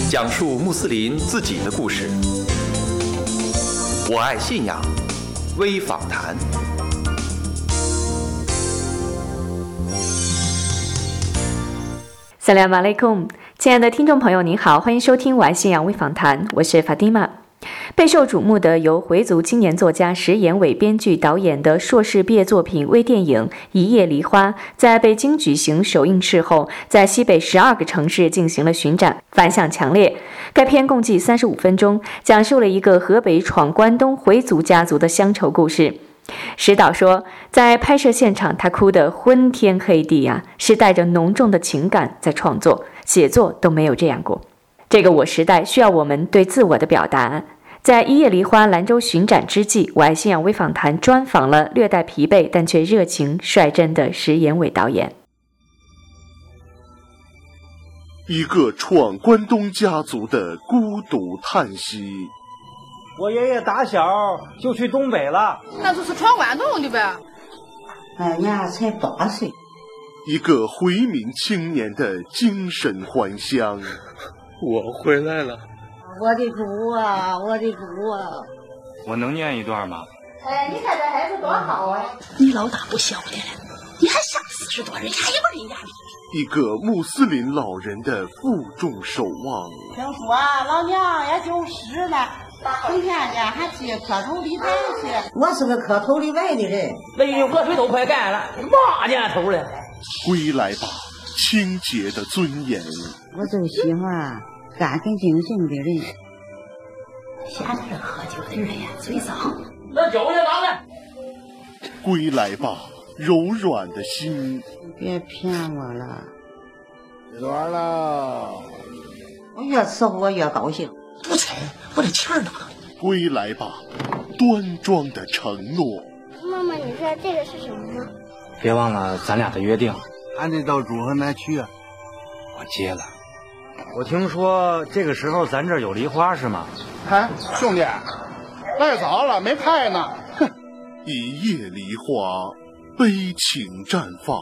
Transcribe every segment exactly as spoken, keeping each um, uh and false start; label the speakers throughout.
Speaker 1: 讲述穆斯林自己的故事。我爱信仰微访谈。
Speaker 2: 萨利马雷贡，亲爱的听众朋友，您好，欢迎收听我爱信仰微访谈，我是法蒂玛。备受瞩目的由回族青年作家石延伟编剧导演的硕士毕业作品微电影《一夜梨花》在北京举行首映式后，在西北十二个城市进行了巡展，反响强烈。该片共计三十五分钟，讲述了一个河北闯关东回族家族的乡愁故事。石导说，在拍摄现场他哭得昏天黑地啊，是带着浓重的情感在创作，写作都没有这样过。这个我时代需要我们对自我的表达。在一夜梨花兰州巡展之际，我爱信仰微访谈专访了略带疲惫但却热情率真的石延伟导演。
Speaker 3: 一个闯关东家族的孤独叹息。
Speaker 4: 我爷爷打小就去东北了，
Speaker 5: 那就是闯关东的呗。
Speaker 6: 俺家才八岁。
Speaker 3: 一个回民青年的精神还乡。
Speaker 7: 我回来了。
Speaker 6: 我的主啊，我的主啊！
Speaker 7: 我能念一段吗？
Speaker 6: 哎，你看这孩子多好啊！
Speaker 5: 你老大不小的了，你还上四十多人，还有人家里。
Speaker 3: 一个穆斯林老人的负重守望。
Speaker 6: 听说啊，老娘也九十了，今天呢还去磕头礼拜去。我是个磕头礼拜的人，
Speaker 4: 那有河水都快干了，嘛年头了？
Speaker 3: 归来吧，清洁的尊严。
Speaker 6: 我就喜欢干干净净的人。
Speaker 5: 现在这喝酒的人呀，嘴脏。
Speaker 4: 那酒也脏了。
Speaker 3: 归来吧，柔软的心。
Speaker 6: 别骗我了。
Speaker 8: 几多了？
Speaker 6: 我越伺候我越高兴。
Speaker 5: 不猜，我这钱呢？
Speaker 3: 归来吧，端庄的承诺。
Speaker 9: 妈妈，你知道这个是什么吗？
Speaker 7: 别忘了咱俩的约定。
Speaker 8: 俺得到祝贺那去啊。
Speaker 7: 我接了。我听说这个时候咱这儿有梨花是吗？
Speaker 8: 哎，兄弟，来早了，没开呢。
Speaker 3: 哼，一夜梨花，悲情绽放。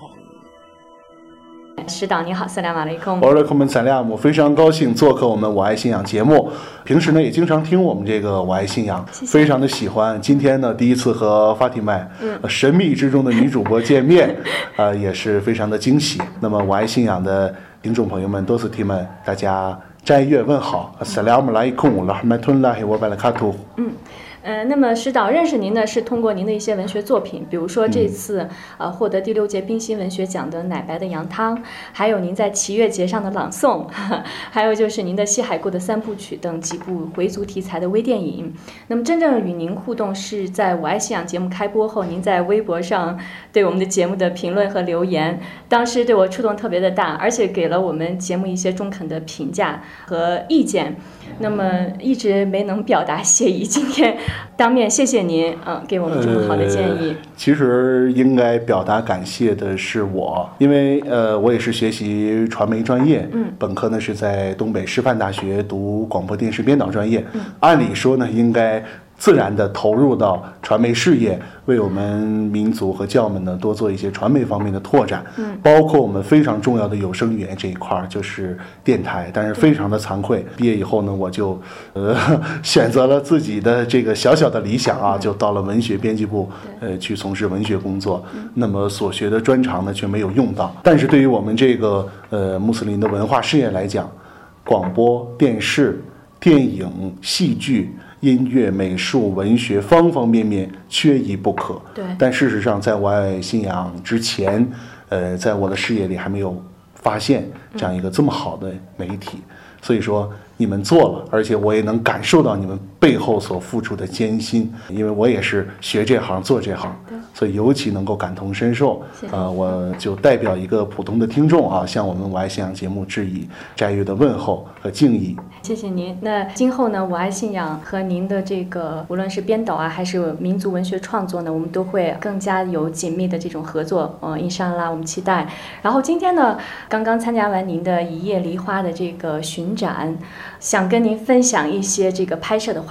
Speaker 2: 石导你好，萨拉马雷控。
Speaker 10: 我是克门萨利亚姆，非常高兴做客我们我爱信仰节目。平时呢也经常听我们这个我爱信仰，
Speaker 2: 谢谢，
Speaker 10: 非常的喜欢。今天呢第一次和法蒂麦、嗯呃、神秘之中的女主播见面，呃也是非常的惊喜。那么我爱信仰的听众朋友们，多斯提们，大家斋月问好，萨拉姆莱控，拉哈麦吞拉黑我巴拉卡图。
Speaker 2: 嗯。呃，那么石导认识您呢，是通过您的一些文学作品，比如说这次、嗯、呃获得第六届冰心文学奖的《奶白的羊汤》，还有您在祈月节上的朗诵，呵呵还有就是您的《西海固的三部曲》等几部回族题材的微电影。那么真正与您互动是在我爱信仰节目开播后，您在微博上对我们的节目的评论和留言，当时对我触动特别的大，而且给了我们节目一些中肯的评价和意见。那么一直没能表达谢意，今天当面谢谢您，嗯，给我们这么好的建议。
Speaker 10: 呃、其实应该表达感谢的是我，因为呃，我也是学习传媒专业，嗯，本科呢是在东北师范大学读广播电视编导专业，嗯，按理说呢应该自然的投入到传媒事业，为我们民族和教们呢多做一些传媒方面的拓展，嗯，包括我们非常重要的有声语言这一块就是电台。但是非常的惭愧，毕业以后呢，我就呃选择了自己的这个小小的理想啊，就到了文学编辑部，呃去从事文学工作。那么所学的专长呢却没有用到。但是对于我们这个呃穆斯林的文化事业来讲，广播电视、电影、戏剧、音乐、美术、文学方方面面缺一不可。
Speaker 2: 对。
Speaker 10: 但事实上，在我爱信仰之前，呃，在我的事业里还没有发现这样一个这么好的媒体。嗯、所以说，你们做了，而且我也能感受到你们背后所付出的艰辛，因为我也是学这行做这行，所以尤其能够感同身受。呃，我就代表一个普通的听众啊，向我们我爱信仰节目致以斋月的问候和敬意。
Speaker 2: 谢谢您。那今后呢，我爱信仰和您的这个无论是编导啊，还是民族文学创作呢，我们都会更加有紧密的这种合作。呃，印沙拉，我们期待。然后今天呢，刚刚参加完您的一夜梨花的这个巡展，想跟您分享一些这个拍摄的花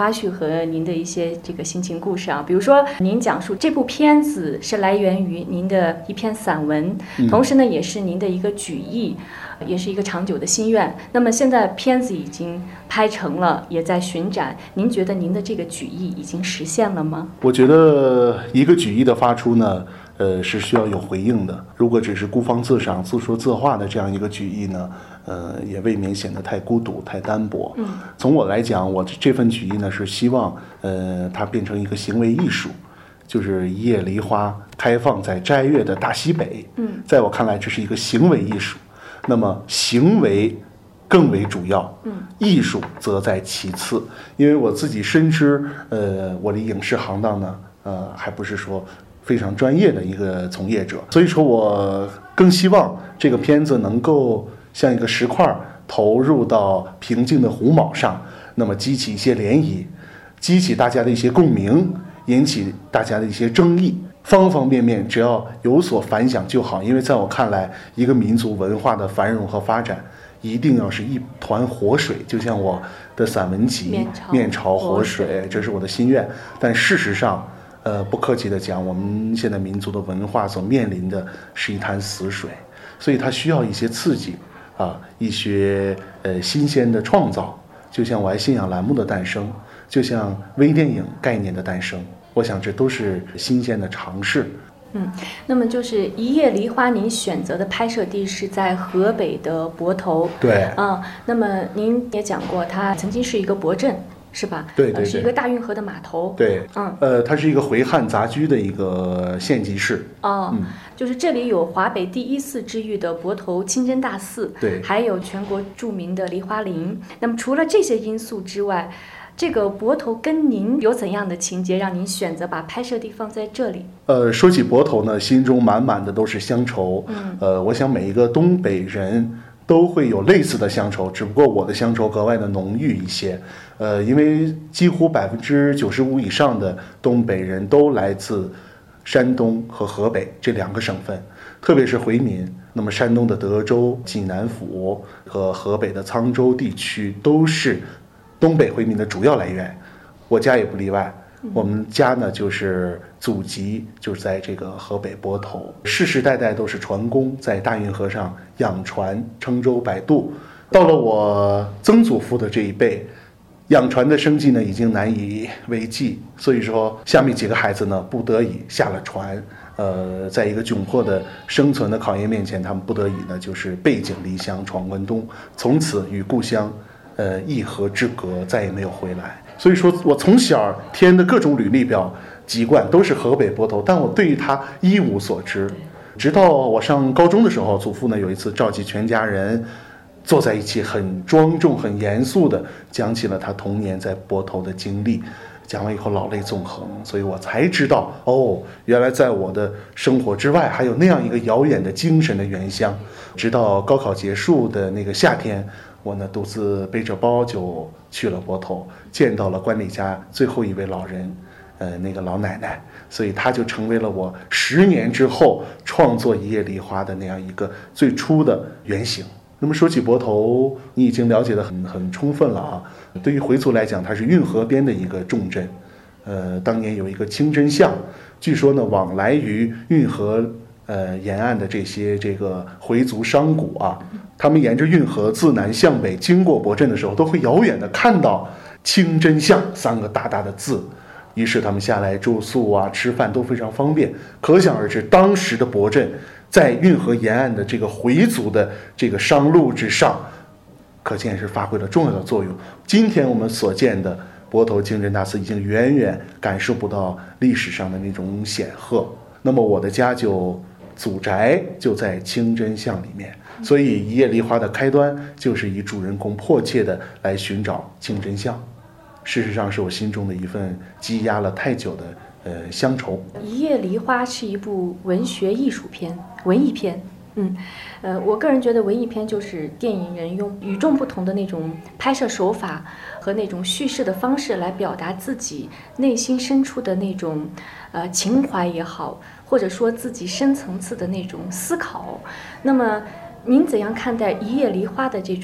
Speaker 2: 花絮和您的一些这个心情故事啊。比如说，您讲述这部片子是来源于您的一篇散文，
Speaker 10: 嗯、
Speaker 2: 同时呢，也是您的一个举意，也是一个长久的心愿。那么现在片子已经拍成了，也在巡展。您觉得您的这个举意已经实现了吗？
Speaker 10: 我觉得一个举意的发出呢，呃，是需要有回应的。如果只是孤芳自赏、自说自话的这样一个举意呢，呃，也未免显得太孤独、太单薄。
Speaker 2: 嗯，
Speaker 10: 从我来讲，我这份举意呢，是希望，呃，它变成一个行为艺术，就是一叶梨花开放在斋月的大西北。
Speaker 2: 嗯，
Speaker 10: 在我看来，这是一个行为艺术。那么行为更为主要，
Speaker 2: 嗯，
Speaker 10: 艺术则在其次。因为我自己深知，呃，我的影视行当呢，呃，还不是说非常专业的一个从业者，所以说我更希望这个片子能够像一个石块投入到平静的湖铆上，那么激起一些涟漪，激起大家的一些共鸣，引起大家的一些争议。方方面面只要有所反响就好。因为在我看来，一个民族文化的繁荣和发展一定要是一团活水，就像我的散文集
Speaker 2: 面朝
Speaker 10: 面朝活水，这是我的心愿。但事实上，呃，不客气的讲，我们现在民族的文化所面临的是一潭死水，所以它需要一些刺激啊，一些呃新鲜的创造，就像我爱信仰栏目的诞生，就像微电影概念的诞生，我想这都是新鲜的尝试。
Speaker 2: 嗯，那么就是一叶梨花，您选择的拍摄地是在河北的泊头。
Speaker 10: 对，
Speaker 2: 啊、嗯，那么您也讲过，它曾经是一个泊镇，是吧？
Speaker 10: 对对对，
Speaker 2: 呃、是一个大运河的码头。
Speaker 10: 对，
Speaker 2: 嗯，
Speaker 10: 呃，它是一个回汉杂居的一个县级市。
Speaker 2: 哦，
Speaker 10: 嗯，
Speaker 2: 就是这里有华北第一寺之誉的泊头清真大寺，
Speaker 10: 对，
Speaker 2: 还有全国著名的梨花林。那么除了这些因素之外，这个泊头跟您有怎样的情节，让您选择把拍摄地放在这里？
Speaker 10: 呃，说起泊头呢，心中满满的都是乡愁。
Speaker 2: 嗯，
Speaker 10: 呃，我想每一个东北人都会有类似的乡愁，只不过我的乡愁格外的浓郁一些。呃，因为几乎百分之九十五以上的东北人都来自山东和河北这两个省份，特别是回民。那么山东的德州、济南府和河北的沧州地区都是东北回民的主要来源，我家也不例外。我们家呢，就是祖籍就是在这个河北泊头，世世代代都是船工，在大运河上养船撑舟摆渡。到了我曾祖父的这一辈，养船的生计呢已经难以为继，所以说下面几个孩子呢不得已下了船。呃，在一个窘迫的生存的考验面前，他们不得已呢就是背井离乡闯关东，从此与故乡呃一河之隔，再也没有回来。所以说我从小填的各种履历表籍贯都是河北泊头，但我对于他一无所知。直到我上高中的时候，祖父呢有一次召集全家人坐在一起，很庄重很严肃的讲起了他童年在泊头的经历。讲完以后老泪纵横，所以我才知道，哦，原来在我的生活之外还有那样一个遥远的精神的原乡。直到高考结束的那个夏天，我呢独自背着包就去了泊头，见到了关里家最后一位老人，呃，那个老奶奶，所以她就成为了我十年之后创作《一叶梨花》的那样一个最初的原型。那么说起泊头，你已经了解得很很充分了啊。对于回族来讲，它是运河边的一个重镇。呃，当年有一个清真巷，据说呢，往来于运河呃沿岸的这些这个回族商贾啊，他们沿着运河自南向北经过泊镇的时候，都会遥远的看到清真巷三个大大的字。于是他们下来住宿啊、吃饭都非常方便。可想而知，当时的泊镇在运河沿岸的这个回族的这个商路之上，可见是发挥了重要的作用。今天我们所见的泊头清真大寺已经远远感受不到历史上的那种显赫。那么我的家就祖宅就在清真巷里面，所以《一叶梨花》的开端就是以主人公迫切的来寻找清真巷。事实上是我心中的一份积压了太久的呃乡愁。
Speaker 2: 一叶梨花是一部文学艺术片，文艺片。嗯，呃，我个人觉得文艺片就是电影人用与众不同的那种拍摄手法和那种叙事的方式来表达自己内心深处的那种呃情怀也好，或者说自己深层次的那种思考。那么您怎样看待《一叶梨花》的这种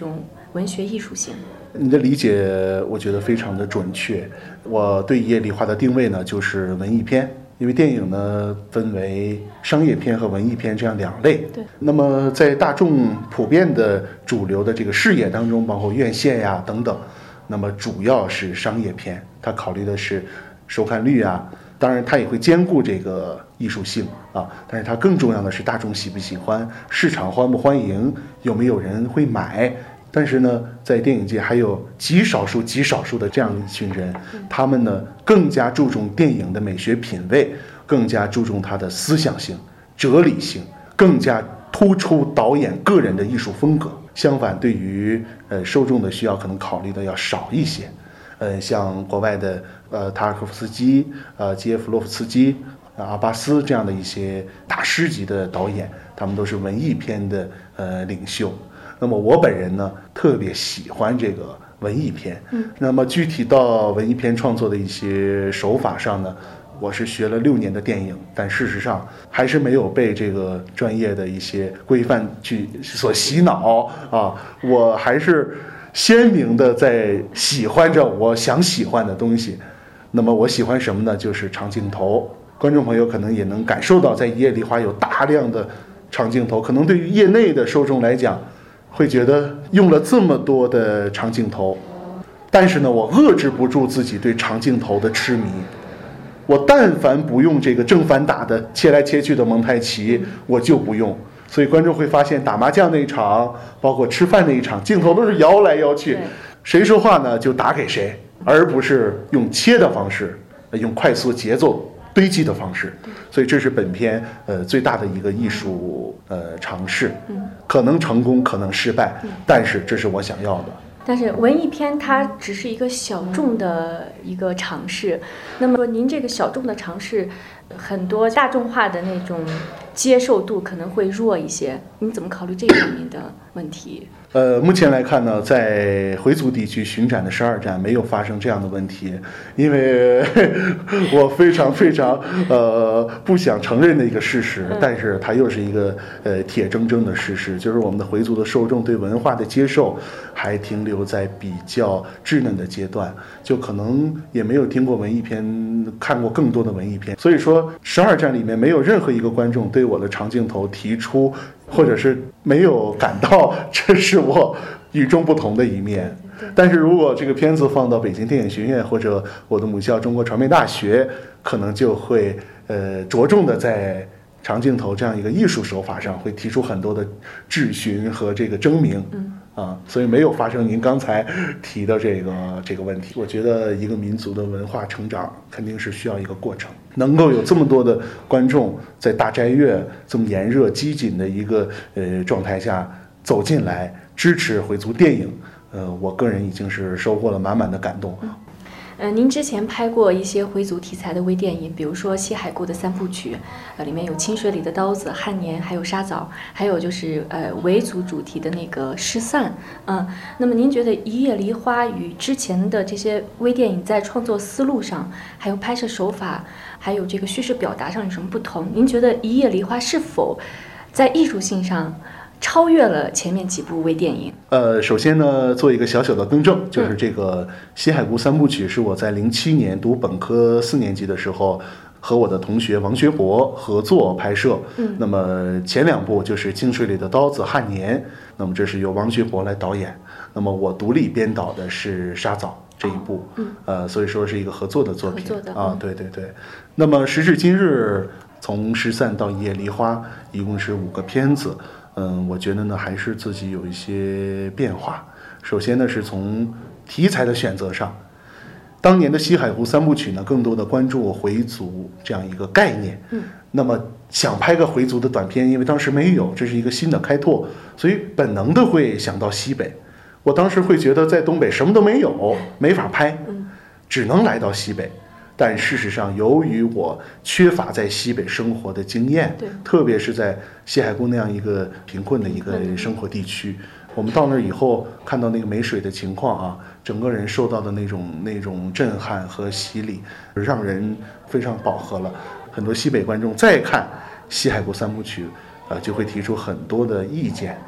Speaker 2: 文学艺术性？
Speaker 10: 你的理解我觉得非常的准确。我对一叶梨花的定位呢，就是文艺片。因为电影呢分为商业片和文艺片这样两类。
Speaker 2: 对。
Speaker 10: 那么在大众普遍的主流的这个视野当中，包括院线呀等等，那么主要是商业片，它考虑的是收看率啊，当然它也会兼顾这个艺术性啊，但是它更重要的是大众喜不喜欢，市场欢不欢迎，有没有人会买。但是呢，在电影界还有极少数极少数的这样一群人，他们呢更加注重电影的美学品味，更加注重它的思想性、哲理性，更加突出导演个人的艺术风格。相反，对于呃受众的需要，可能考虑的要少一些。呃，像国外的呃塔尔科夫斯基、呃基耶夫洛夫斯基、呃、阿巴斯这样的一些大师级的导演，他们都是文艺片的呃领袖。那么我本人呢，特别喜欢这个文艺片。嗯，那么具体到文艺片创作的一些手法上呢，我是学了六年的电影，但事实上还是没有被这个专业的一些规范去所洗脑啊，我还是鲜明的在喜欢着我想喜欢的东西。那么我喜欢什么呢？就是长镜头。观众朋友可能也能感受到，在一叶梨花有大量的长镜头，可能对于业内的受众来讲，会觉得用了这么多的长镜头，但是呢，我遏制不住自己对长镜头的痴迷。我但凡不用这个正反打的切来切去的蒙太奇，我就不用。所以观众会发现，打麻将那一场，包括吃饭那一场，镜头都是摇来摇去，谁说话呢就打给谁，而不是用切的方式，用快速节奏堆积的方式。所以这是本片呃最大的一个艺术呃尝试，可能成功，可能失败，但是这是我想要的。
Speaker 2: 但是文艺片它只是一个小众的一个尝试，那么您这个小众的尝试，很多大众化的那种接受度可能会弱一些，你怎么考虑这方面的问题？
Speaker 10: 呃，目前来看呢，在回族地区巡展的十二站没有发生这样的问题，因为我非常非常呃不想承认的一个事实，但是它又是一个呃铁铮铮的事实，就是我们的回族的受众对文化的接受还停留在比较稚嫩的阶段，就可能也没有听过文艺片，看过更多的文艺片，所以说十二站里面没有任何一个观众对我的长镜头提出，或者是没有感到这是我与众不同的一面。但是如果这个片子放到北京电影学院或者我的母校中国传媒大学，可能就会呃着重的在长镜头这样一个艺术手法上会提出很多的质询和这个争鸣。嗯啊，所以没有发生您刚才提的这个这个问题。我觉得一个民族的文化成长肯定是需要一个过程，能够有这么多的观众在大斋月这么炎热激进的一个呃状态下走进来支持回族电影，呃，我个人已经是收获了满满的感动。
Speaker 2: 呃，您之前拍过一些回族题材的微电影，比如说西海固的三部曲，呃，里面有清水里的刀子、汉年，还有沙枣，还有就是呃维族主题的那个失散。嗯，那么您觉得一叶梨花与之前的这些微电影在创作思路上，还有拍摄手法，还有这个叙事表达上有什么不同？您觉得一叶梨花是否在艺术性上超越了前面几部微电影？
Speaker 10: 呃，首先呢，做一个小小的更正，就是这个西海固三部曲是我在零七年读本科四年级的时候和我的同学王学博合作拍摄。嗯，那么前两部就是清水里的刀子、汉年，那么这是由王学博来导演，那么我独立编导的是沙枣这一部。嗯，呃，所以说是一个合作的作品。
Speaker 2: 合作的
Speaker 10: 啊，对对对。那么时至今日，从失散到一叶梨花，一共是五个片子。嗯，我觉得呢，还是自己有一些变化。首先呢，是从题材的选择上，当年的西海固三部曲呢，更多的关注回族这样一个概念。嗯，那么想拍个回族的短片，因为当时没有，这是一个新的开拓，所以本能的会想到西北。我当时会觉得在东北什么都没有，没法拍，只能来到西北。但事实上，由于我缺乏在西北生活的经验，特别是在西海固那样一个贫困的一个生活地区，我们到那儿以后看到那个没水的情况啊，整个人受到的那种那种震撼和洗礼，让人非常饱和了。很多西北观众再看西海固三部曲，呃，就会提出很多的意见。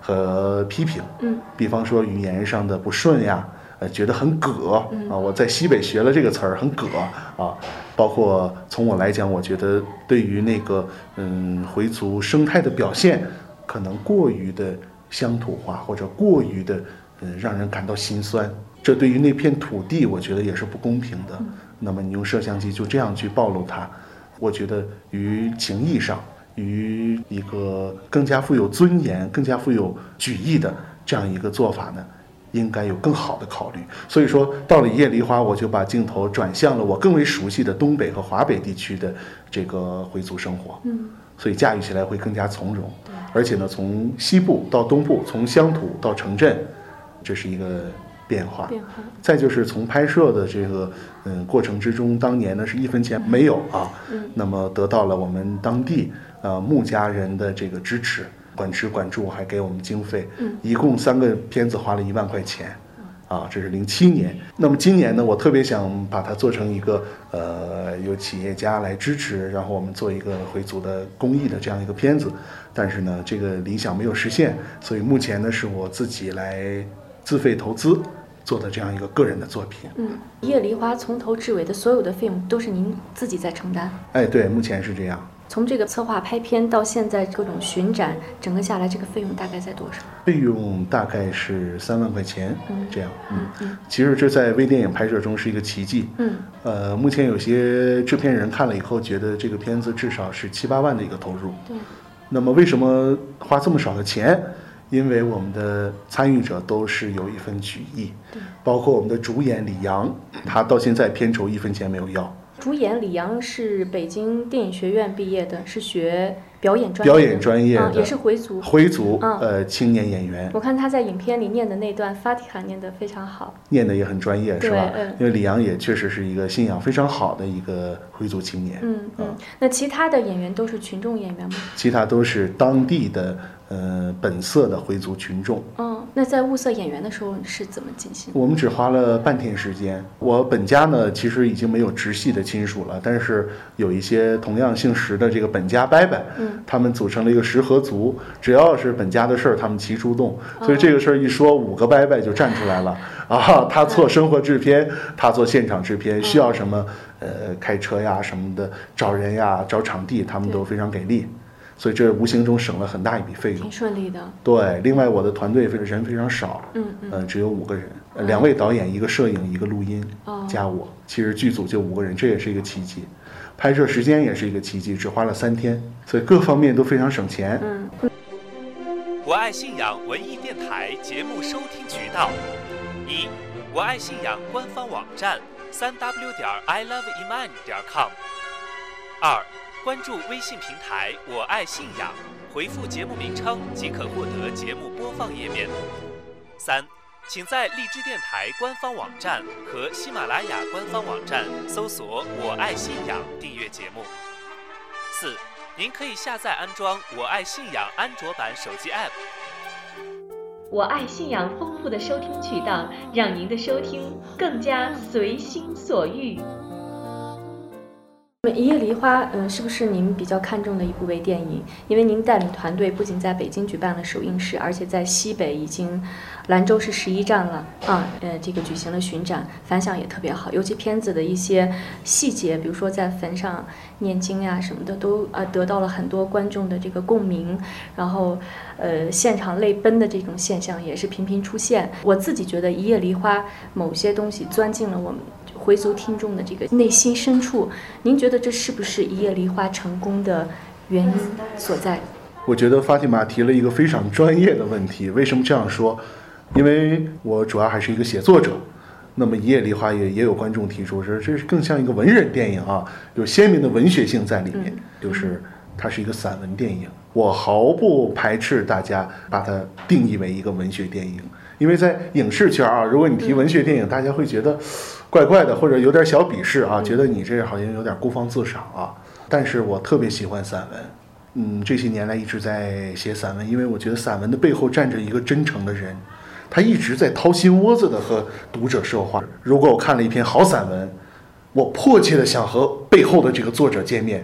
Speaker 10: 和批评。
Speaker 2: 嗯，
Speaker 10: 比方说语言上的不顺呀，呃，觉得很葛、嗯、啊。我在西北学了这个词儿，很葛啊。包括从我来讲，我觉得对于那个嗯回族生态的表现，可能过于的乡土化，或者过于的嗯让人感到心酸。这对于那片土地，我觉得也是不公平的。嗯、那么你用摄像机就这样去暴露它，我觉得于情义上，于一个更加富有尊严、更加富有举义的这样一个做法呢，应该有更好的考虑。所以说到了一叶梨花，我就把镜头转向了我更为熟悉的东北和华北地区的这个回族生活。嗯，所以驾驭起来会更加从容。而且呢，从西部到东部，从乡土到城镇，这是一个变化。变化。再就是从拍摄的这个嗯过程之中，当年呢是一分钱没有啊，嗯，那么得到了我们当地呃穆家人的这个支持。管吃管住，还给我们经费，嗯，一共三个片子花了一万块钱，啊，这是零七年。那么今年呢，我特别想把它做成一个呃有企业家来支持，然后我们做一个回族的公益的这样一个片子，但是呢，这个理想没有实现，所以目前呢是我自己来自费投资做的这样一个个人的作品。
Speaker 2: 嗯，一叶梨花从头至尾的所有的费用都是您自己在承担？
Speaker 10: 哎，对，目前是这样。
Speaker 2: 从这个策划拍片到现在各种巡展，整个下来这个费用大概在多少？
Speaker 10: 费用大概是三万块钱，嗯，这样，嗯嗯。其实这在微电影拍摄中是一个奇迹，嗯，呃，目前有些制片人看了以后觉得这个片子至少是七八万的一个投入，对。那么为什么花这么少的钱？因为我们的参与者都是有一份举义，对，包括我们的主演李阳，他到现在片酬一分钱没有要。
Speaker 2: 主演李阳是北京电影学院毕业的，是学表演专
Speaker 10: 业的，表演专业的、
Speaker 2: 嗯，也是回族，
Speaker 10: 回族，嗯、呃，青年演员。
Speaker 2: 我看他在影片里念的那段法提哈念得非常好，
Speaker 10: 念得也很专业，是吧？嗯、因为李阳也确实是一个信仰非常好的一个回族青年。
Speaker 2: 嗯嗯。嗯那其他的演员都是群众演员吗？
Speaker 10: 其他都是当地的呃本色的回族群众。
Speaker 2: 嗯，那在物色演员的时候是怎么进行？
Speaker 10: 我们只花了半天时间。我本家呢，其实已经没有直系的亲属了，但是有一些同样姓石的这个本家伯伯，嗯，他们组成了一个石河族，只要是本家的事儿，他们齐出动。所以这个事儿一说，五个伯伯就站出来了啊！他做生活制片，他做现场制片，需要什么呃开车呀什么的，找人呀找场地，他们都非常给力。所以这无形中省了很大一笔费用，
Speaker 2: 挺顺利的。
Speaker 10: 对，另外我的团队人非常少，嗯嗯，呃，只有五个人，呃，两位导演，一个摄影，一个录音，哦，加我，其实剧组就五个人，这也是一个奇迹。拍摄时间也是一个奇迹，只花了三天，所以各方面都非常省钱。嗯。
Speaker 1: 我爱信仰文艺电台节目收听渠道：一，我爱信仰官方网站三 w 点 i love iman 点 com；二，关注微信平台“我爱信仰”，回复节目名称即可获得节目播放页面。三，请在荔枝电台官方网站和喜马拉雅官方网站搜索“我爱信仰”订阅节目。四，您可以下载安装“我爱信仰”安卓版手机 App。
Speaker 2: 我爱信仰丰富的收听渠道，让您的收听更加随心所欲。一叶梨花，嗯，是不是您比较看重的一部微电影？因为您带领团队不仅在北京举办了首映式，而且在西北已经兰州是十一站了啊，呃，这个举行了巡展，反响也特别好。尤其片子的一些细节，比如说在坟上念经呀、啊、什么的，都呃得到了很多观众的这个共鸣。然后，呃，现场泪奔的这种现象也是频频出现。我自己觉得一叶梨花某些东西钻进了我们回族听众的这个内心深处，您觉得这是不是一叶梨花成功的原因所在？
Speaker 10: 我觉得法蒂玛提了一个非常专业的问题。为什么这样说？因为我主要还是一个写作者，那么一叶梨花也也有观众提出说，这是更像一个文人电影啊，有鲜明的文学性在里面，嗯、就是它是一个散文电影。我毫不排斥大家把它定义为一个文学电影，因为在影视圈啊，如果你提文学电影，大家会觉得怪怪的，或者有点小鄙视啊，觉得你这好像有点孤芳自赏啊。但是我特别喜欢散文，嗯，这些年来一直在写散文，因为我觉得散文的背后站着一个真诚的人，他一直在掏心窝子的和读者说话。如果我看了一篇好散文，我迫切的想和背后的这个作者见面，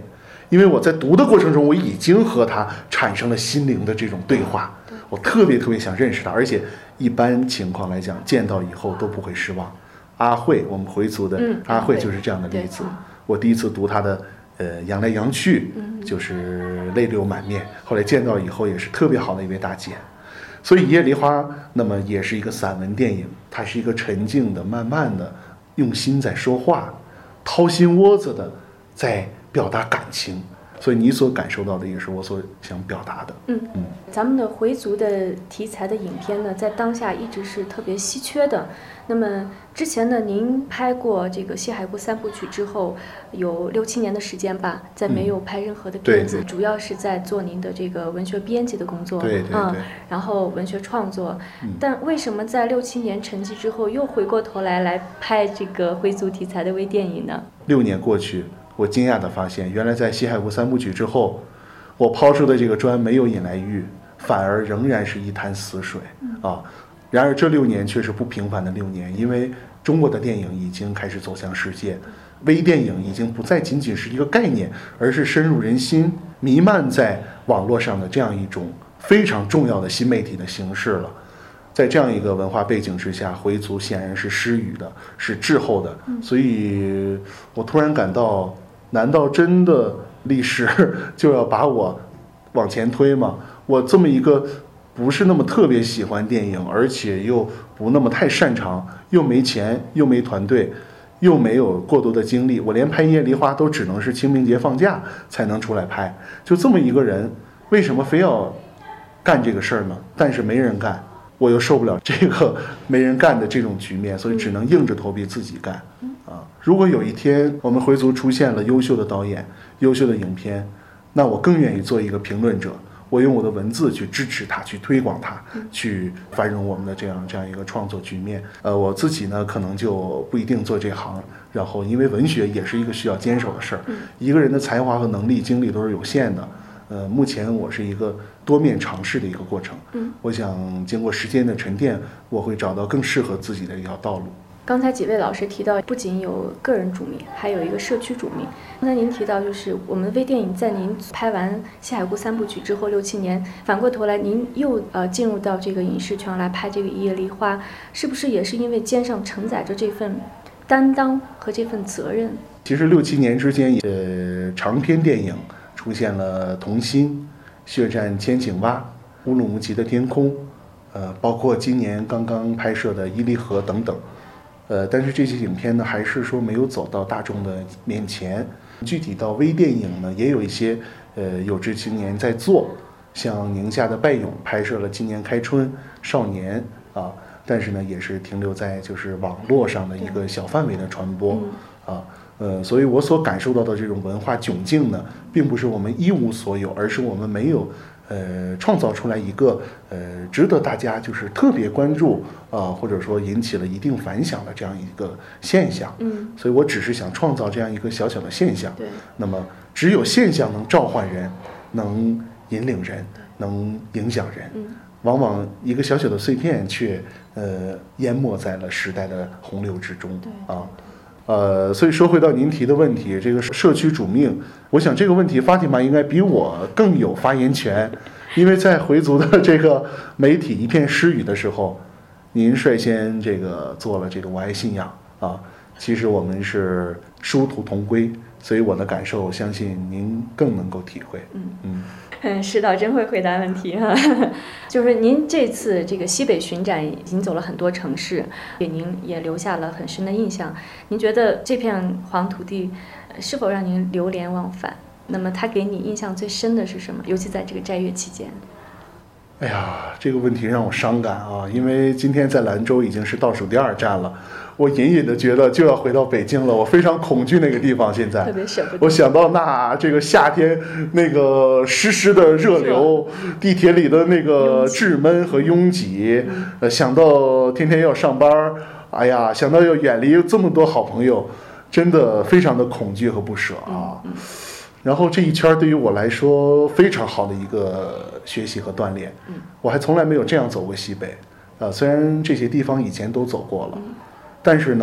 Speaker 10: 因为我在读的过程中，我已经和他产生了心灵的这种对话，我特别特别想认识他，而且一般情况来讲，见到以后都不会失望。阿慧，我们回族的阿慧就是这样的例子。我第一次读他的呃扬来扬去，就是泪流满面，后来见到以后也是特别好的一位大姐。所以《一叶梨花》那么也是一个散文电影，它是一个沉静的、慢慢的用心在说话，掏心窝子的在表达感情，所以你所感受到的也是我所想表达的。
Speaker 2: 嗯嗯，咱们的回族的题材的影片呢，在当下一直是特别稀缺的。那么之前呢，您拍过这个西海固三部曲之后，有六七年的时间吧，在没有拍任何的片子，嗯、主要是在做您的这个文学编辑的工作，
Speaker 10: 对对对，
Speaker 2: 嗯，然后文学创作。嗯、但为什么在六七年沉寂之后，又回过头来来拍这个回族题材的微电影呢？
Speaker 10: 六年过去，我惊讶地发现，原来在西海固三部曲之后，我抛出的这个砖没有引来玉，反而仍然是一潭死水、嗯、啊。然而这六年却是不平凡的六年，因为中国的电影已经开始走向世界，微电影已经不再仅仅是一个概念，而是深入人心、弥漫在网络上的这样一种非常重要的新媒体的形式了。在这样一个文化背景之下，回族显然是失语的，是滞后的，所以我突然感到，难道真的历史就要把我往前推吗？我这么一个不是那么特别喜欢电影，而且又不那么太擅长，又没钱，又没团队，又没有过多的精力，我连拍《一叶梨花》都只能是清明节放假才能出来拍。就这么一个人，为什么非要干这个事儿呢？但是没人干，我又受不了这个没人干的这种局面，所以只能硬着头皮自己干。啊，如果有一天我们回族出现了优秀的导演、优秀的影片，那我更愿意做一个评论者。我用我的文字去支持它，去推广它，去繁荣我们的这样这样一个创作局面。呃，我自己呢，可能就不一定做这行。然后，因为文学也是一个需要坚守的事儿，一个人的才华和能力、精力都是有限的。呃，目前我是一个多面尝试的一个过程。嗯，我想经过时间的沉淀，我会找到更适合自己的一条道路。
Speaker 2: 刚才几位老师提到，不仅有个人主命，还有一个社区主命。刚才您提到，就是我们微电影在您拍完《西海固三部曲》之后六七年，反过头来您又呃进入到这个影视圈来拍这个《一叶梨花》，是不是也是因为肩上承载着这份担当和这份责任？
Speaker 10: 其实六七年之间，呃，长篇电影出现了《童心》《血战千顷洼》《乌鲁木齐的天空》，呃，包括今年刚刚拍摄的《伊犁河》等等。呃，但是这些影片呢，还是说没有走到大众的面前。具体到微电影呢，也有一些呃有志青年在做，像宁夏的拜勇拍摄了今年开春少年啊，但是呢，也是停留在就是网络上的一个小范围的传播啊。呃，所以我所感受到的这种文化窘境呢，并不是我们一无所有，而是我们没有。呃，创造出来一个呃值得大家就是特别关注啊、呃，或者说引起了一定反响的这样一个现象。嗯，所以我只是想创造这样一个小小的现象。对，那么只有现象能召唤人，能引领人，能影响人。嗯，往往一个小小的碎片却呃淹没在了时代的洪流之中。对啊。呃，所以说回到您提的问题，这个社区主命，我想这个问题法蒂玛应该比我更有发言权，因为在回族的这个媒体一片失语的时候，您率先这个做了这个我爱信仰啊，其实我们是殊途同归，所以我的感受，相信您更能够体会。嗯嗯。
Speaker 2: 嗯，石导真会回答问题哈，就是您这次这个西北巡展已经走了很多城市，给您也留下了很深的印象。您觉得这片黄土地是否让您流连忘返？那么它给你印象最深的是什么？尤其在这个斋月期间。
Speaker 10: 哎呀，这个问题让我伤感啊！因为今天在兰州已经是倒数第二站了，我隐隐的觉得就要回到北京了，我非常恐惧那个地方。现在
Speaker 2: 特别舍不得。
Speaker 10: 我想到那这个夏天那个湿湿的热流，地铁里的那个滞闷和拥挤，呃，想到天天要上班，哎呀，想到要远离这么多好朋友，真的非常的恐惧和不舍啊。嗯嗯，然后这一圈对于我来说非常好的一个学习和锻炼，嗯，我还从来没有这样走过西北，呃，虽然这些地方以前都走过了，嗯，但是呢，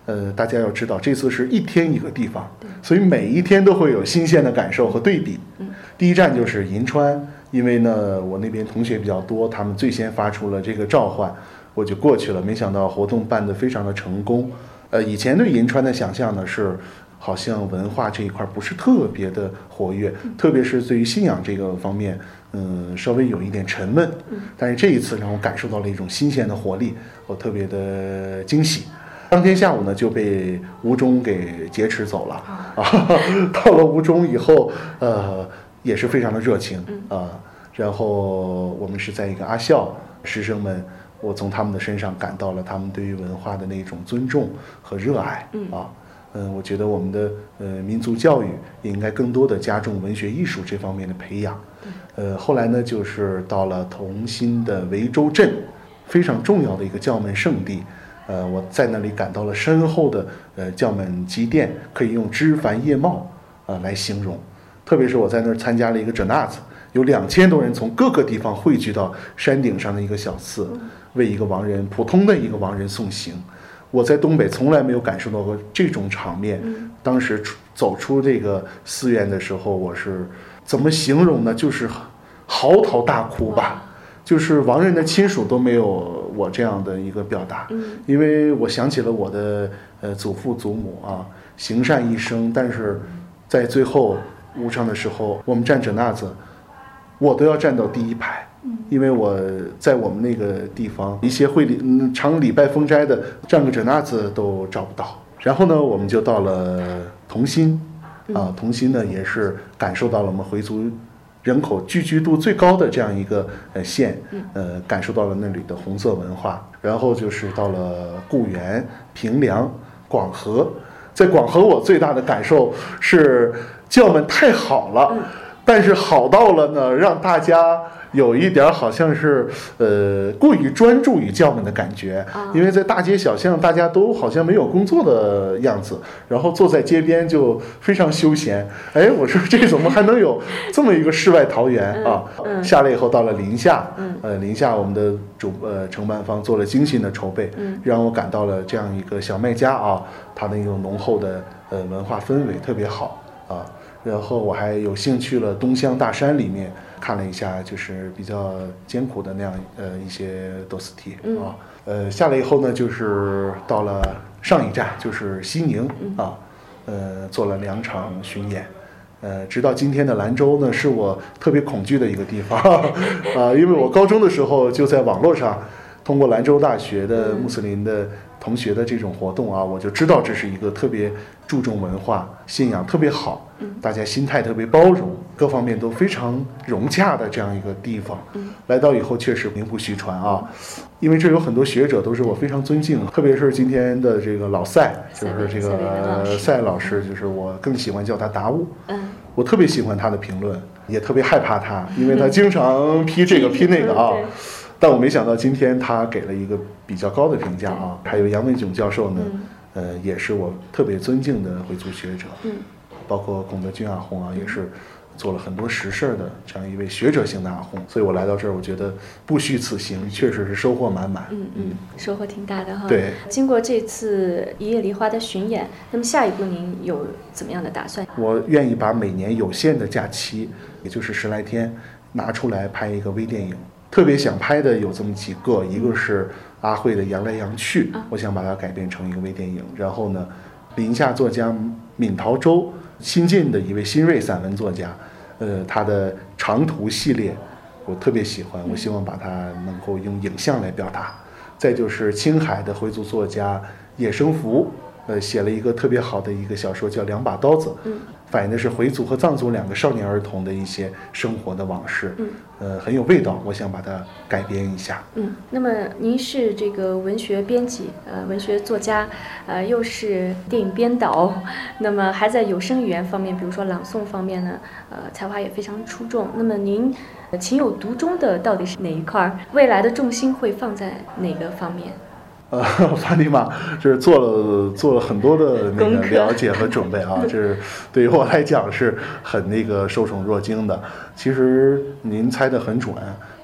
Speaker 10: 呃，大家要知道，这次是一天一个地方，所以每一天都会有新鲜的感受和对比。嗯、第一站就是银川，因为呢，我那边同学比较多，他们最先发出了这个召唤，我就过去了。没想到活动办得非常的成功。呃，以前对银川的想象呢是，好像文化这一块不是特别的活跃，嗯、特别是对于信仰这个方面，嗯、呃，稍微有一点沉闷。嗯、但是这一次让我感受到了一种新鲜的活力，我特别的惊喜。当天下午呢就被吴中给劫持走了啊！到了吴中以后，呃，也是非常的热情啊、呃。然后我们是在一个阿校，师生们，我从他们的身上感到了他们对于文化的那种尊重和热爱啊。嗯、呃，我觉得我们的呃民族教育也应该更多的加重文学艺术这方面的培养。呃，后来呢就是到了同心的涠洲镇，非常重要的一个教门圣地。呃，我在那里感到了深厚的呃教门积淀，可以用枝繁叶茂呃来形容。特别是我在那儿参加了一个哲纳子，有两千多人从各个地方汇聚到山顶上的一个小寺，为一个亡人，普通的一个亡人送行。我在东北从来没有感受到过这种场面。当时出走出这个寺院的时候，我是怎么形容呢？就是嚎啕大哭吧。就是亡人的亲属都没有我这样的一个表达，因为我想起了我的呃祖父祖母啊，行善一生，但是在最后无常的时候，我们站着那子，我都要站到第一排，因为我在我们那个地方，一些会礼常礼拜封斋的站个者纳子都找不到。然后呢，我们就到了同心啊，同心呢也是感受到了我们回族人口聚居度最高的这样一个呃县，呃，感受到了那里的红色文化。然后就是到了固原、平凉、广和。在广和，我最大的感受是教门太好了，但是好到了呢，让大家有一点好像是呃过于专注于教门的感觉，因为在大街小巷大家都好像没有工作的样子，然后坐在街边就非常休闲。哎，我说这怎么还能有这么一个世外桃源啊？下来以后到了临夏，呃，临夏我们的主呃承办方做了精心的筹备，让我感到了这样一个小卖家啊，它的一种浓厚的呃文化氛围特别好啊。然后我还有幸去了东乡大山里面看了一下，就是比较艰苦的那样呃一些多斯提啊，呃下来以后呢，就是到了上一站就是西宁啊，呃做了两场巡演，呃直到今天的兰州呢，是我特别恐惧的一个地方啊，因为我高中的时候就在网络上通过兰州大学的穆斯林的同学的这种活动啊，我就知道这是一个特别注重文化信仰特别好，大家心态特别包容，各方面都非常融洽的这样一个地方。来到以后确实名不虚传啊，因为这有很多学者都是我非常尊敬，特别是今天的这个老赛，就是这个赛老师，就是我更喜欢叫他达悟。我特别喜欢他的评论，也特别害怕他，因为他经常批这个批那个啊。但我没想到今天他给了一个比较高的评价啊。还有杨文炯教授呢，呃，也是我特别尊敬的回族学者，嗯，包括龚德军阿訇啊，也是做了很多实事的这样一位学者型的阿訇。所以我来到这儿，我觉得不虚此行，确实是收获满满。
Speaker 2: 嗯嗯，收获挺大的哈。
Speaker 10: 对，
Speaker 2: 经过这次一叶梨花的巡演，那么下一步您有怎么样的打算？
Speaker 10: 我愿意把每年有限的假期，也就是十来天，拿出来拍一个微电影。特别想拍的有这么几个，一个是阿慧的《杨来杨去》，我想把它改编成一个微电影。然后呢，临夏作家闵陶舟新晋的一位新锐散文作家，呃，他的长途系列我特别喜欢，我希望把它能够用影像来表达。再就是青海的回族作家野生福，呃，写了一个特别好的一个小说叫《两把刀子》，反映的是回族和藏族两个少年儿童的一些生活的往事，嗯，呃，很有味道，我想把它改编一下。
Speaker 2: 嗯，那么您是这个文学编辑，呃，文学作家，呃，又是电影编导，那么还在有声语言方面，比如说朗诵方面呢，呃，才华也非常出众。那么您情有独钟的到底是哪一块？未来的重心会放在哪个方面？
Speaker 10: 呃，法蒂玛就是做了做了很多的那个了解和准备啊，这是对于我来讲是很那个受宠若惊的。其实您猜得很准，对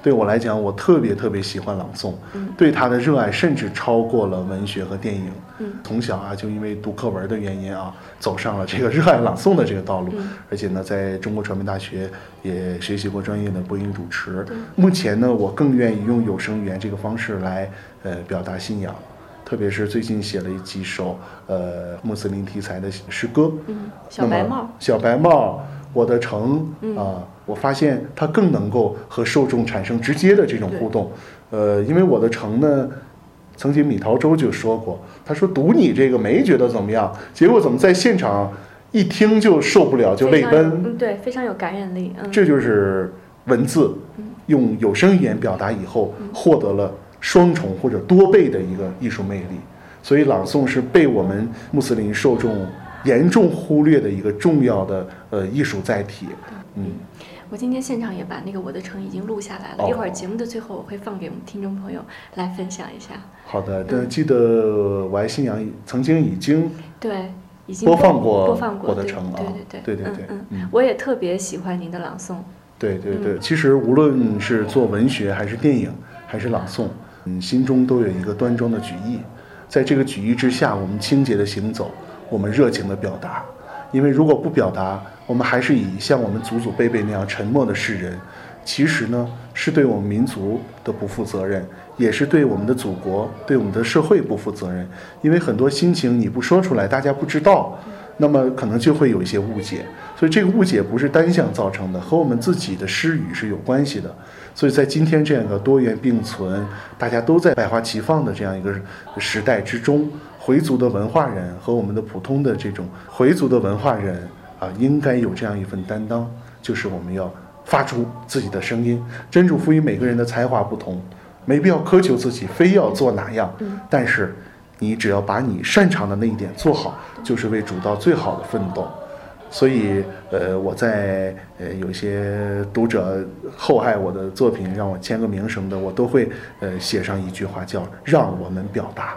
Speaker 10: 对我来讲，我特别特别喜欢朗诵，嗯、对它的热爱甚至超过了文学和电影。嗯、从小啊，就因为读课文的原因啊，走上了这个热爱朗诵的这个道路。嗯、而且呢，在中国传媒大学也学习过专业的播音主持。目前呢，我更愿意用有声语言这个方式来呃表达信仰。特别是最近写了几首呃穆斯林题材的诗歌，
Speaker 2: 嗯，小白帽，
Speaker 10: 小白帽，我的城，嗯、啊，我发现它更能够和受众产生直接的这种互动。呃，因为我的城呢，曾经米陶舟就说过，他说读你这个没觉得怎么样，结果怎么在现场一听就受不了，就泪奔。
Speaker 2: 嗯，对，非常有感染力。嗯，
Speaker 10: 这就是文字用有声语言表达以后获得了双重或者多倍的一个艺术魅力，所以朗诵是被我们穆斯林受众严重忽略的一个重要的呃艺术载体。嗯，
Speaker 2: 我今天现场也把那个我的城已经录下来了，哦、一会儿节目的最后我会放给我们听众朋友来分享一下。
Speaker 10: 好的，但、嗯、记得我爱信仰曾经已经
Speaker 2: 对已经
Speaker 10: 播放过
Speaker 2: 播放过
Speaker 10: 我的城啊，
Speaker 2: 对对对
Speaker 10: 对对对，
Speaker 2: 嗯嗯，我也特别喜欢您的朗诵。
Speaker 10: 对对对，嗯、其实无论是做文学还是电影还是朗诵。嗯，心中都有一个端庄的举意，在这个举意之下，我们清洁的行走，我们热情的表达。因为如果不表达，我们还是以像我们祖祖辈辈那样沉默的世人，其实呢，是对我们民族的不负责任，也是对我们的祖国、对我们的社会不负责任。因为很多心情你不说出来，大家不知道，那么可能就会有一些误解。所以这个误解不是单向造成的，和我们自己的失语是有关系的。所以在今天这样一个多元并存，大家都在百花齐放的这样一个时代之中，回族的文化人和我们的普通的这种回族的文化人啊，应该有这样一份担当，就是我们要发出自己的声音。真主赋予每个人的才华不同，没必要苛求自己非要做哪样，但是你只要把你擅长的那一点做好，就是为主道最好的奋斗。所以，呃，我在呃有些读者厚爱我的作品，让我签个名什么的，我都会呃写上一句话，叫“让我们表达”。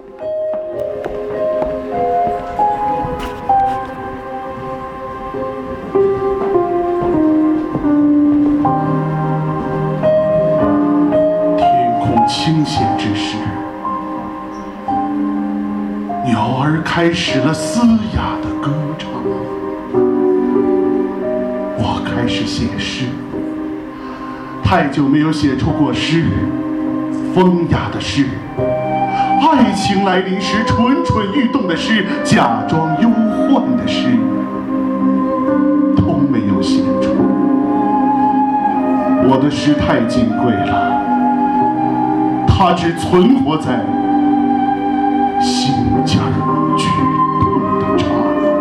Speaker 10: 天空清闲之时，鸟儿开始了嘶哑的歌唱。开始写诗，太久没有写出过诗，风雅的诗，爱情来临时蠢蠢欲动的诗，假装忧患的诗，都没有写出。我的诗太金贵了，它只存活在心尖剧痛的刹那。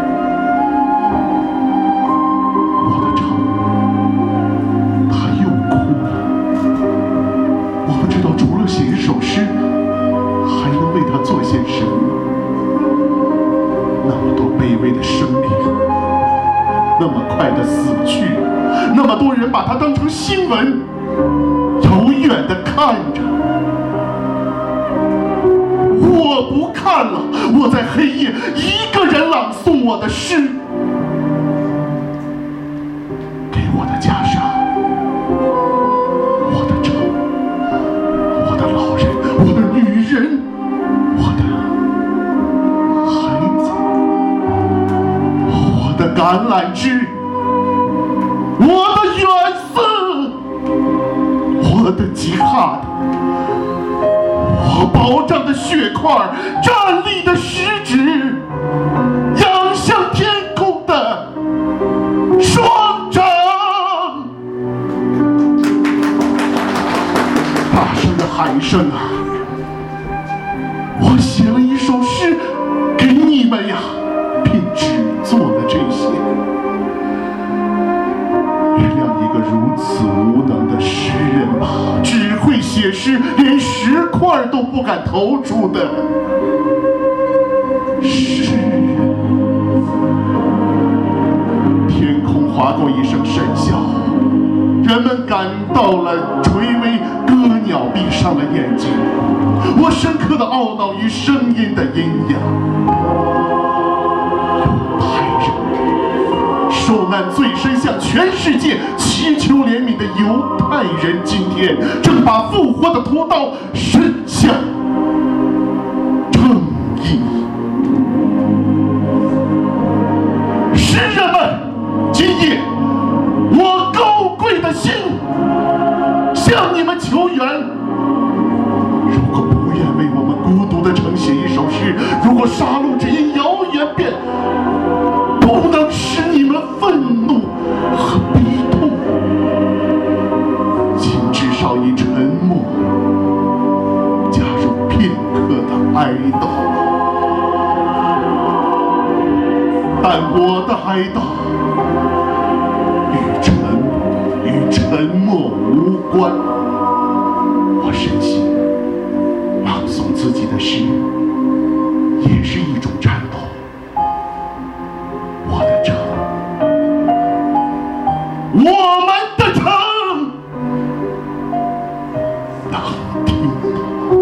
Speaker 10: 写一首诗，还能为他做些什么？那么多卑微的生命，那么快的死去，那么多人把它当成新闻，遥远地看着。我不看了，我在黑夜一个人朗诵我的诗，给我的家乡。人，我的孩子，我的橄榄枝，我的远思，我的吉哈德，我饱胀的血块，站立的食指，仰向天空的双掌。大声的喊声啊！我写了一首诗给你们呀，并只做了这些。原谅一个如此无能的诗人吧，只会写诗，连石块都不敢投出的诗人。天空划过一声笙箫，人们感到了垂危，歌鸟闭上了眼睛。我深刻地懊恼于声音的阴阳，犹太人
Speaker 3: 受难最深，向全世界祈求怜悯的犹太人，今天正把复活的屠刀伸向正义。诗人们，今夜我高贵的心向你们求援。如果不愿为我们孤独的城写一首诗，如果杀戮只因谣言便不能使你们愤怒和悲痛，请至少以沉默加入片刻的哀悼。但我的哀悼与沉与沉默无关。我深信朗诵自己的诗也是一种战斗。我的城，我们的城，能听到。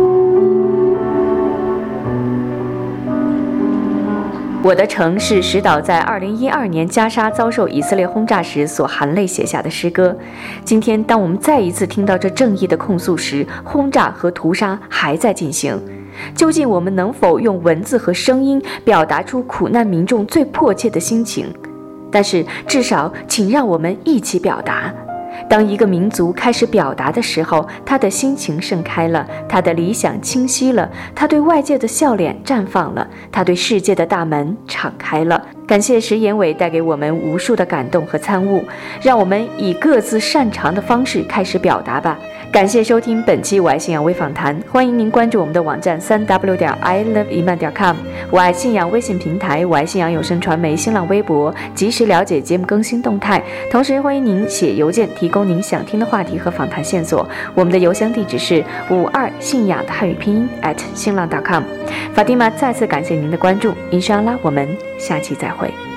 Speaker 2: 我的城是石导在二零一二年加沙遭受以色列轰炸时所含泪写下的诗歌。今天，当我们再一次听到这正义的控诉时，轰炸和屠杀还在进行。究竟我们能否用文字和声音表达出苦难民众最迫切的心情？但是，至少请让我们一起表达。当一个民族开始表达的时候，他的心情盛开了，他的理想清晰了，他对外界的笑脸绽放了，他对世界的大门敞开了。感谢石延伟带给我们无数的感动和参悟，让我们以各自擅长的方式开始表达吧。感谢收听本期我爱信仰微访谈，欢迎您关注我们的网站三 w 点 i love iman 点 com， 我爱信仰微信平台，我爱信仰有声传媒新浪微博，及时了解节目更新动态。同时欢迎您写邮件提供您想听的话题和访谈线索，我们的邮箱地址是五二信仰的汉语拼音 at 新浪 .com。 法蒂玛再次感谢您的关注，印沙拉，我们下期再会。